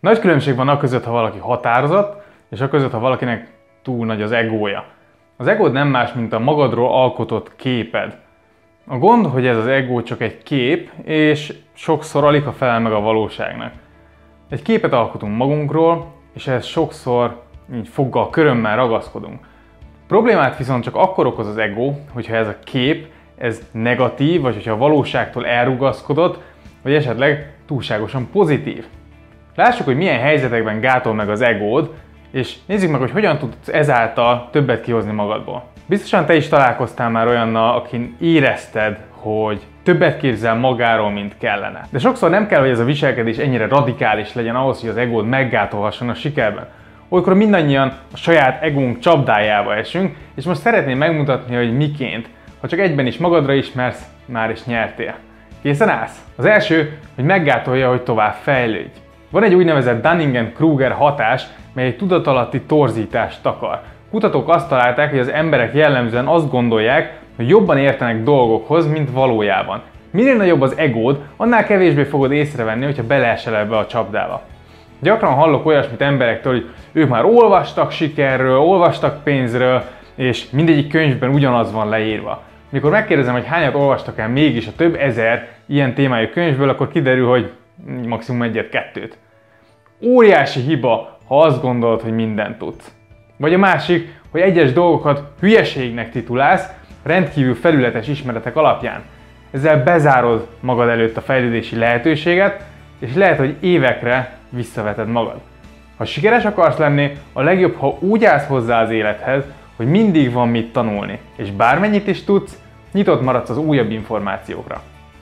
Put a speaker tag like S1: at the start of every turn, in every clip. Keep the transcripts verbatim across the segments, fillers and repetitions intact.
S1: Nagy különbség van a között, ha valaki határozott, és a között, ha valakinek túl nagy az egója. Az egód nem más, mint a magadról alkotott képed. A gond, hogy ez az egó csak egy kép, és sokszor alig ha felel meg a valóságnak. Egy képet alkotunk magunkról, és ehhez sokszor így foggal, körömmel ragaszkodunk. Problémát viszont csak akkor okoz az ego, hogyha ez a kép, ez negatív, vagy hogyha a valóságtól elrugaszkodott, vagy esetleg túlságosan pozitív. Lássuk, hogy milyen helyzetekben gátol meg az egód, és nézzük meg, hogy hogyan tudsz ezáltal többet kihozni magadból. Biztosan te is találkoztál már olyannal, akin érezted, hogy többet képzel magáról, mint kellene. De sokszor nem kell, hogy ez a viselkedés ennyire radikális legyen ahhoz, hogy az egód meggátolhasson a sikerben. Olykor mindannyian a saját egónk csapdájába esünk, és most szeretném megmutatni, hogy miként. Ha csak egyben is magadra ismersz, már is nyertél. Készen állsz? Az első, hogy meggátolja, hogy tovább fejlődj. Van egy úgynevezett Dunning-Kruger hatás, mely egy tudatalatti torzítást takar. Kutatók azt találták, hogy az emberek jellemzően azt gondolják, hogy jobban értenek dolgokhoz, mint valójában. Minél nagyobb az egód, annál kevésbé fogod észrevenni, hogyha beleesel ebbe a csapdába. Gyakran hallok olyasmit emberektől, hogy ők már olvastak sikerről, olvastak pénzről, és mindegyik könyvben ugyanaz van leírva. Mikor megkérdezem, hogy hányat olvastak el mégis a több ezer ilyen témájú könyvből, akkor kiderül, hogy maximum egyet-kettőt. Óriási hiba, ha azt gondolod, hogy mindent tudsz. Vagy a másik, hogy egyes dolgokat hülyeségnek titulálsz, rendkívül felületes ismeretek alapján. Ezzel bezárod magad előtt a fejlődési lehetőséget, és lehet, hogy évekre visszaveted magad. Ha sikeres akarsz lenni, a legjobb, ha úgy állsz hozzá az élethez, hogy mindig van mit tanulni, és bármennyit is tudsz, nyitott maradsz az újabb információkra.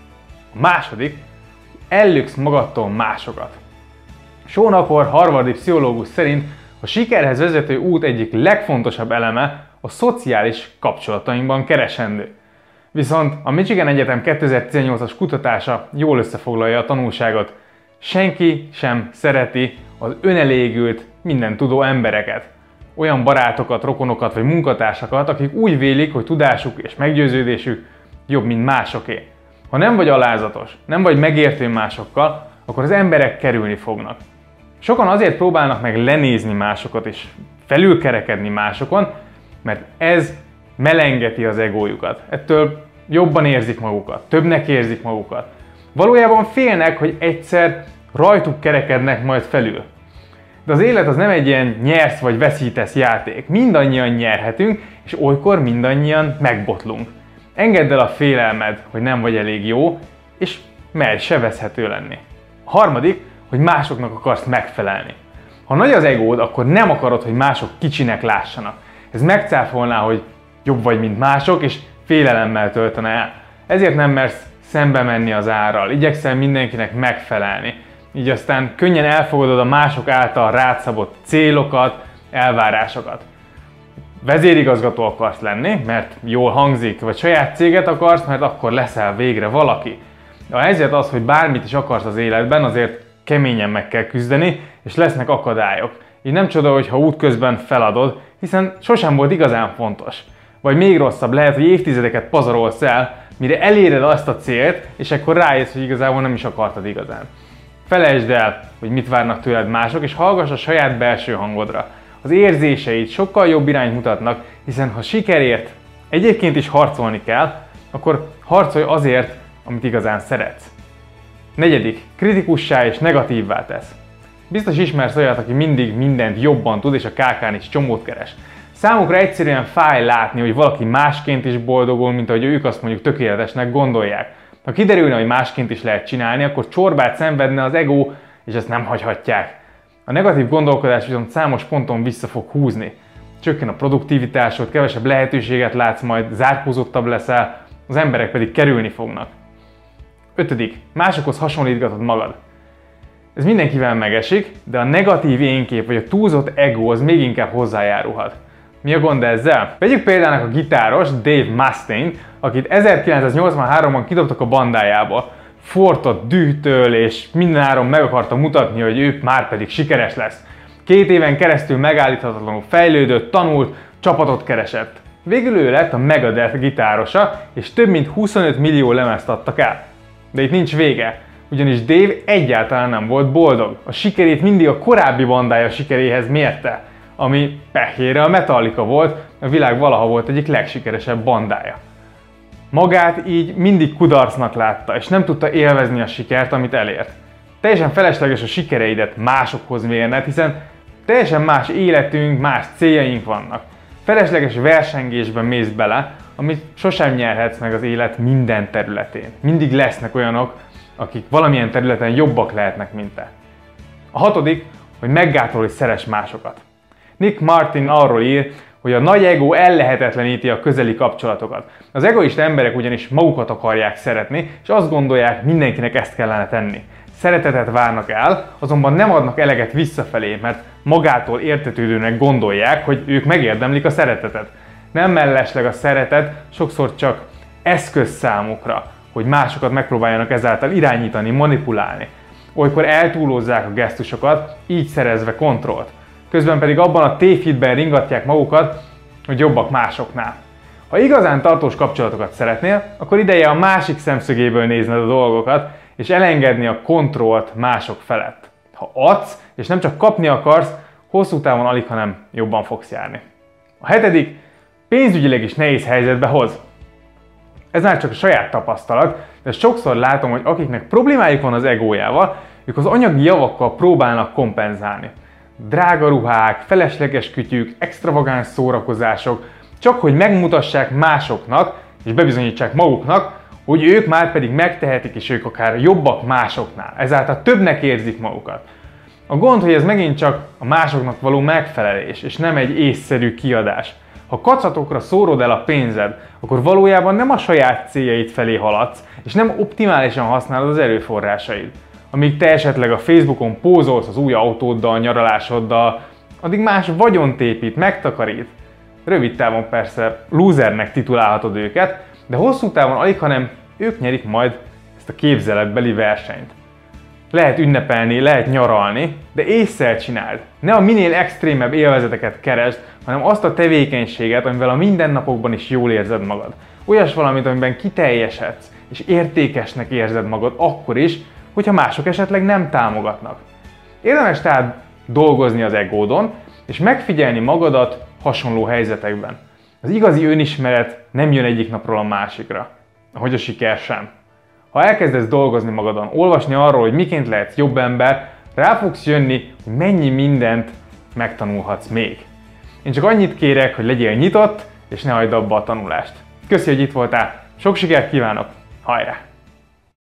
S1: A második, ellöksz magadtól másokat. Sean Apor, harvardi pszichológus szerint a sikerhez vezető út egyik legfontosabb eleme a szociális kapcsolatainkban keresendő. Viszont a Michigan Egyetem kétezer-tizennyolcas kutatása jól összefoglalja a tanulságot. Senki sem szereti az önelégült, mindentudó embereket. Olyan barátokat, rokonokat vagy munkatársakat, akik úgy vélik, hogy tudásuk és meggyőződésük jobb, mint másoké. Ha nem vagy alázatos, nem vagy megértő másokkal, akkor az emberek kerülni fognak. Sokan azért próbálnak meg lenézni másokat és felülkerekedni másokon, mert ez melengeti az egójukat. Ettől jobban érzik magukat, többnek érzik magukat. Valójában félnek, hogy egyszer rajtuk kerekednek majd felül. De az élet az nem egy ilyen nyersz vagy veszítesz játék. Mindannyian nyerhetünk, és olykor mindannyian megbotlunk. Engedd el a félelmed, hogy nem vagy elég jó, és merj sebezhető lenni. A harmadik, hogy másoknak akarsz megfelelni. Ha nagy az egód, akkor nem akarod, hogy mások kicsinek lássanak. Ez megcáfolná, hogy jobb vagy, mint mások, és félelemmel töltene el. Ezért nem mersz szembe menni az árral, igyekszel mindenkinek megfelelni. Így aztán könnyen elfogadod a mások által rád szabott célokat, elvárásokat. Vezérigazgató akarsz lenni, mert jól hangzik, vagy saját céget akarsz, mert akkor leszel végre valaki. A helyzet az, hogy bármit is akarsz az életben, azért keményen meg kell küzdeni, és lesznek akadályok. Így nem csoda, hogyha útközben feladod, hiszen sosem volt igazán fontos. Vagy még rosszabb, lehet, hogy évtizedeket pazarolsz el, mire eléred azt a célt, és akkor rájössz, hogy igazából nem is akartad igazán. Felejtsd el, hogy mit várnak tőled mások, és hallgass a saját belső hangodra. Az érzéseid sokkal jobb irányt mutatnak, hiszen ha sikerért egyébként is harcolni kell, akkor harcolj azért, amit igazán szeretsz. Negyedik, kritikussá és negatívvá tesz. Biztos ismersz olyat, aki mindig mindent jobban tud, és a kákán is csomót keres. Számukra egyszerűen fáj látni, hogy valaki másként is boldogul, mint ahogy ők azt mondjuk tökéletesnek gondolják. Ha kiderülne, hogy másként is lehet csinálni, akkor csorbát szenvedne az ego, és ezt nem hagyhatják. A negatív gondolkodás viszont számos ponton vissza fog húzni. Csökken a produktivitásod, kevesebb lehetőséget látsz, majd zárkózottabb leszel, az emberek pedig kerülni fognak. Ötödik. Másokhoz hasonlítgatod magad. Ez mindenkivel megesik, de a negatív énkép vagy a túlzott ego az még inkább hozzájárulhat. Mi a gond ezzel? Vegyük példának a gitáros Dave Mustaine, akit ezerkilencszáznyolcvanháromban kidobtak a bandájába. Fortott dühtől és mindenáron meg akarta mutatni, hogy ő már pedig sikeres lesz. Két éven keresztül megállíthatatlanul fejlődött, tanult, csapatot keresett. Végül ő lett a Megadeth gitárosa, és több mint huszonöt millió lemezt adtak el. De itt nincs vége. ugyanis Dave egyáltalán nem volt boldog. A sikerét mindig a korábbi bandája sikeréhez mérte, ami pehére a Metallica volt, a világ valaha volt egyik legsikeresebb bandája. Magát így mindig kudarcnak látta, és nem tudta élvezni a sikert, amit elért. Teljesen felesleges a sikereidet másokhoz mérned, hiszen teljesen más életünk, más céljaink vannak. Felesleges versengésben mész bele, amit sosem nyerhetsz meg az élet minden területén. Mindig lesznek olyanok, akik valamilyen területen jobbak lehetnek, mint te. A hatodik, hogy meggátolj, hogy szeress másokat. Nick Martin arról ír, hogy a nagy ego ellehetetleníti a közeli kapcsolatokat. Az egoista emberek ugyanis magukat akarják szeretni, és azt gondolják, mindenkinek ezt kellene tenni. Szeretetet várnak el, azonban nem adnak eleget visszafelé, mert magától értetődőnek gondolják, hogy ők megérdemlik a szeretetet. Nem mellesleg a szeretet sokszor csak eszköz számukra, hogy másokat megpróbáljanak ezáltal irányítani, manipulálni. Olykor eltúlozzák a gesztusokat, így szerezve kontrollt. Közben pedig abban a tévhitben ringatják magukat, hogy jobbak másoknál. Ha igazán tartós kapcsolatokat szeretnél, akkor ideje a másik szemszögéből nézned a dolgokat, és elengedni a kontrollt mások felett. Ha adsz, és nem csak kapni akarsz, hosszú távon alig, hanem jobban fogsz járni. A hetedik, pénzügyileg is nehéz helyzetbe hoz. Ez már csak a saját tapasztalat, de sokszor látom, hogy akiknek problémájuk van az egójával, ők az anyagi javakkal próbálnak kompenzálni. Drága ruhák, felesleges kütyük, extravagáns szórakozások, csak hogy megmutassák másoknak, és bebizonyítsák maguknak, hogy ők már pedig megtehetik, és ők akár jobbak másoknál. Ezáltal többnek érzik magukat. A gond, hogy ez megint csak a másoknak való megfelelés, és nem egy észszerű kiadás. Ha kacatokra szórod el a pénzed, akkor valójában nem a saját céljaid felé haladsz, és nem optimálisan használod az erőforrásaid. Amíg te esetleg a Facebookon pózolsz az új autóddal, nyaralásoddal, addig más vagyont épít, megtakarít. Rövid távon persze lúzernek titulálhatod őket, de hosszú távon alig, hanem ők nyerik majd ezt a képzeletbeli versenyt. Lehet ünnepelni, lehet nyaralni, de ésszel csináld. Ne a minél extrémebb élvezeteket keresd, hanem azt a tevékenységet, amivel a mindennapokban is jól érzed magad. Olyas valamit, amiben kiteljesedsz, és értékesnek érzed magad akkor is, hogyha mások esetleg nem támogatnak. Érdemes tehát dolgozni az egódon, és megfigyelni magadat hasonló helyzetekben. Az igazi önismeret nem jön egyik napról a másikra, ahogy a siker sem. Ha elkezdesz dolgozni magadon, olvasni arról, hogy miként lehetsz jobb ember, rá fogsz jönni, hogy mennyi mindent megtanulhatsz még. Én csak annyit kérek, hogy legyél nyitott, és ne hagyd abba a tanulást. Köszi, hogy itt voltál, sok sikert kívánok, hajrá!